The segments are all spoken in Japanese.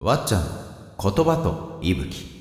わっちゃんの言葉と息吹。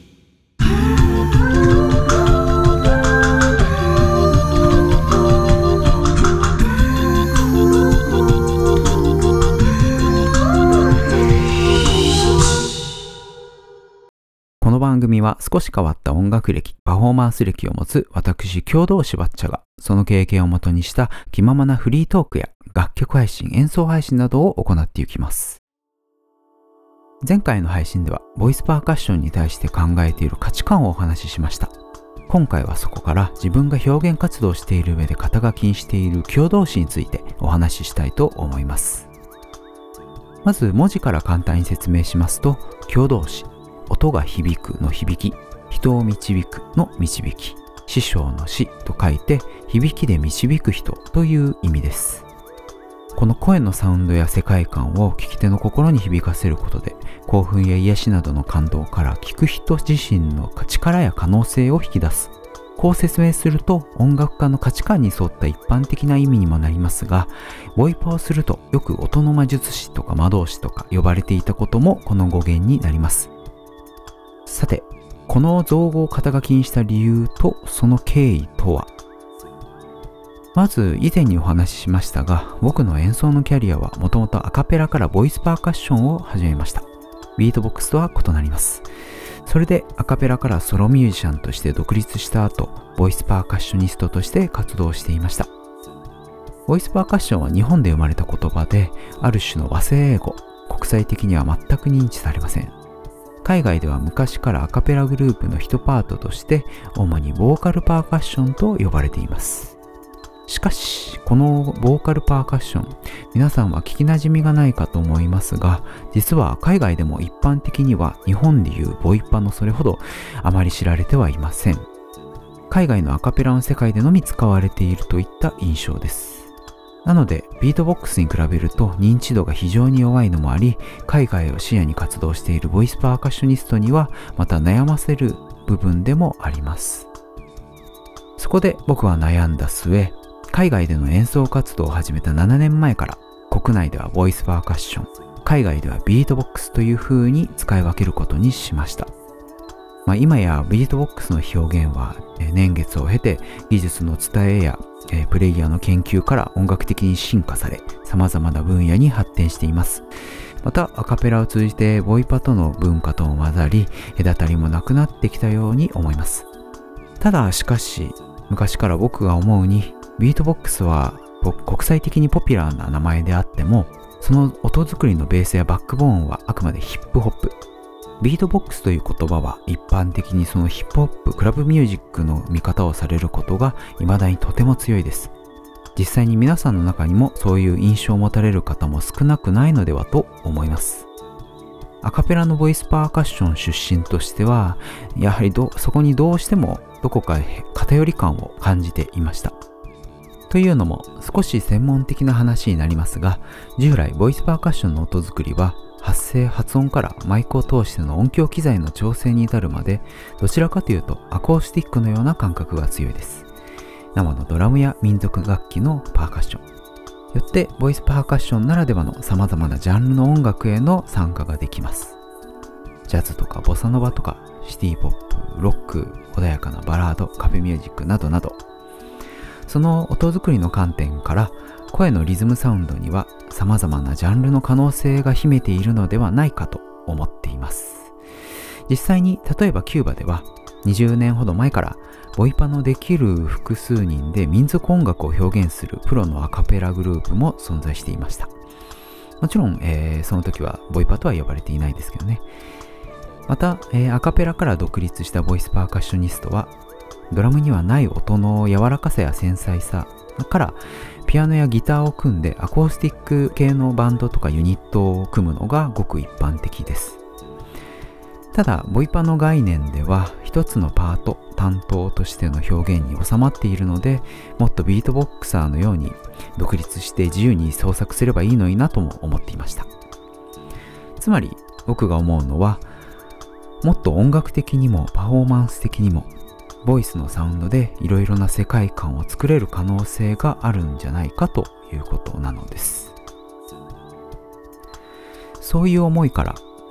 この番組は少し変わった音楽歴、パフォーマンス歴を持つ私、共同しばっちゃが、その経験をもとにした気ままなフリートークや楽曲配信、演奏配信などを行っていきます。前回の配信では、ボイスパーカッションに対して考えている価値観をお話ししました。今回はそこから自分が表現活動をしている上で肩書きにしている共動詞についてお話ししたいと思います。まず文字から簡単に説明しますと、共動詞。音が響くの響き、人を導くの導き、師匠の師と書いて響きで導く人という意味です。この声のサウンドや世界観を聞き手の心に響かせることで、興奮や癒しなどの感動から聞く人自身の力や可能性を引き出す。こう説明すると音楽家の価値観に沿った一般的な意味にもなりますが、ボイパをするとよく音の魔術師とか魔導士とか呼ばれていたこともこの語源になります。さて、この造語を肩書きにした理由とその経緯とは。まず以前にお話ししましたが、僕の演奏のキャリアはもともとアカペラからボイスパーカッションを始めました。ビートボックスとは異なります。それでアカペラからソロミュージシャンとして独立した後、ボイスパーカッショニストとして活動していました。ボイスパーカッションは日本で生まれた言葉で、ある種の和製英語、国際的には全く認知されません。海外では昔からアカペラグループの一パートとして主にボーカルパーカッションと呼ばれています。しかしこのボーカルパーカッション、皆さんは聞きなじみがないかと思いますが、実は海外でも一般的には日本でいうボイパのそれほどあまり知られてはいません。海外のアカペラの世界でのみ使われているといった印象です。なのでビートボックスに比べると認知度が非常に弱いのもあり、海外を視野に活動しているボイスパーカッショニストにはまた悩ませる部分でもあります。そこで僕は悩んだ末、海外での演奏活動を始めた7年前から国内ではボイスパーカッション、海外ではビートボックスという風に使い分けることにしました。今やビートボックスの表現は年月を経て技術の伝えやプレイヤーの研究から音楽的に進化され、様々な分野に発展しています。またアカペラを通じてボイパとの文化とも混ざり、隔たりもなくなってきたように思います。ただしかし、昔から僕が思うに、ビートボックスは国際的にポピュラーな名前であっても、その音作りのベースやバックボーンはあくまでヒップホップ。ビートボックスという言葉は一般的にそのヒップホップ、クラブミュージックの見方をされることが未だにとても強いです。実際に皆さんの中にもそういう印象を持たれる方も少なくないのではと思います。アカペラのボイスパーカッション出身としては、やはりそこにどうしてもどこか偏り感を感じていました。というのも少し専門的な話になりますが、従来ボイスパーカッションの音作りは発声・発音からマイクを通しての音響機材の調整に至るまで、どちらかというとアコースティックのような感覚が強いです。生のドラムや民族楽器のパーカッション。よってボイスパーカッションならではの様々なジャンルの音楽への参加ができます。ジャズとかボサノバとかシティポップ、ロック、穏やかなバラード、カフェミュージックなどなど、その音作りの観点から声のリズムサウンドには様々なジャンルの可能性が秘めているのではないかと思っています。実際に例えばキューバでは20年ほど前からボイパのできる複数人で民族音楽を表現するプロのアカペラグループも存在していました。もちろん、その時はボイパとは呼ばれていないですけどね。また、アカペラから独立したボイスパーカッショニストはドラムにはない音の柔らかさや繊細さからピアノやギターを組んでアコースティック系のバンドとかユニットを組むのがごく一般的です。ただボイパの概念では一つのパート担当としての表現に収まっているので、もっとビートボックサーのように独立して自由に創作すればいいのになとも思っていました。つまり僕が思うのは、もっと音楽的にもパフォーマンス的にもボイスのサウンドでいろいろな世界観を作れる可能性があるんじゃないかということなのです。そういう思いから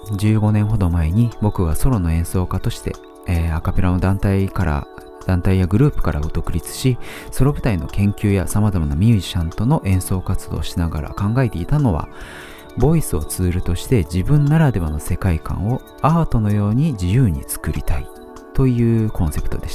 15年ほど前に僕がソロの演奏家として、アカペラの団体やグループから独立し、ソロ舞台の研究や様々なミュージシャンとの演奏活動をしながら考えていたのは、ボイスをツールとして自分ならではの世界観をアートのように自由に作りたいというコンセプトでした。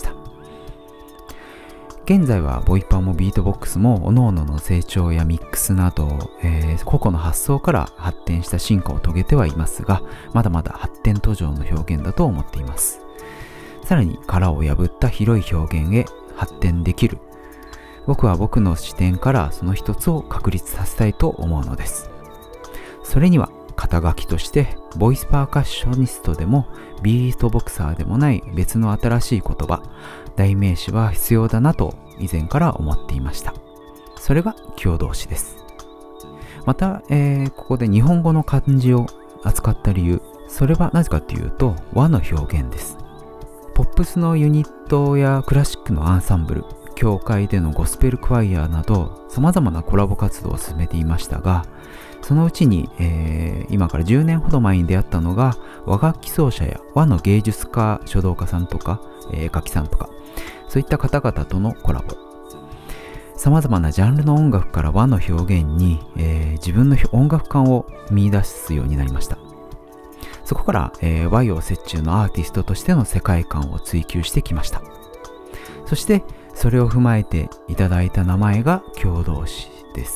現在はボイパもビートボックスも各々の成長やミックスなど、個々の発想から発展した進化を遂げてはいますが、まだまだ発展途上の表現だと思っています。さらに殻を破った広い表現へ発展できる。僕は僕の視点からその一つを確立させたいと思うのです。それには肩書きとしてボイスパーカッショニストでもビートボクサーでもない別の新しい言葉、代名詞は必要だなと以前から思っていました。それが郷土詩です。また、ここで日本語の漢字を扱った理由、それはなぜかというと和の表現です。ポップスのユニットやクラシックのアンサンブル、教会でのゴスペルクワイアなど様々なコラボ活動を進めていましたが、そのうちに、今から10年ほど前に出会ったのが和楽器奏者や和の芸術家書道家さんとか、楽器さんとか、そういった方々とのコラボ。様々なジャンルの音楽から和の表現に、自分の音楽感を見出すようになりました。そこから、和洋折衷のアーティストとしての世界観を追求してきました。そしてそれを踏まえていただいた名前が郷土詩です。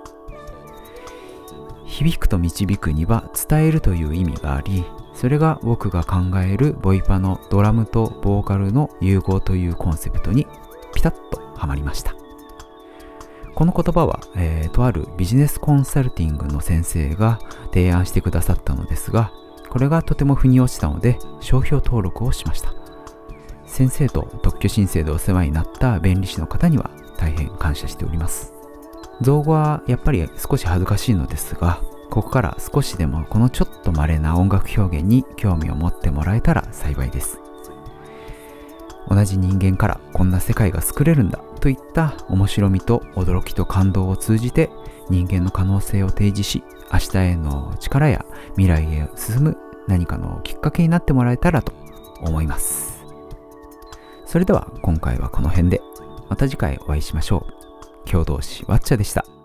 響くと導くには伝えるという意味があり、それが僕が考えるボイパのドラムとボーカルの融合というコンセプトにピタッとはまりました。この言葉は、とあるビジネスコンサルティングの先生が提案してくださったのですが、これがとても腑に落ちたので商標登録をしました。先生と特許申請でお世話になった弁理士の方には大変感謝しております。造語はやっぱり少し恥ずかしいのですが、ここから少しでもこのちょっと稀な音楽表現に興味を持ってもらえたら幸いです。同じ人間からこんな世界が作れるんだといった面白みと驚きと感動を通じて人間の可能性を提示し、明日への力や未来へ進む何かのきっかけになってもらえたらと思います。それでは今回はこの辺で、また次回お会いしましょう。郷土詩わっちゃでした。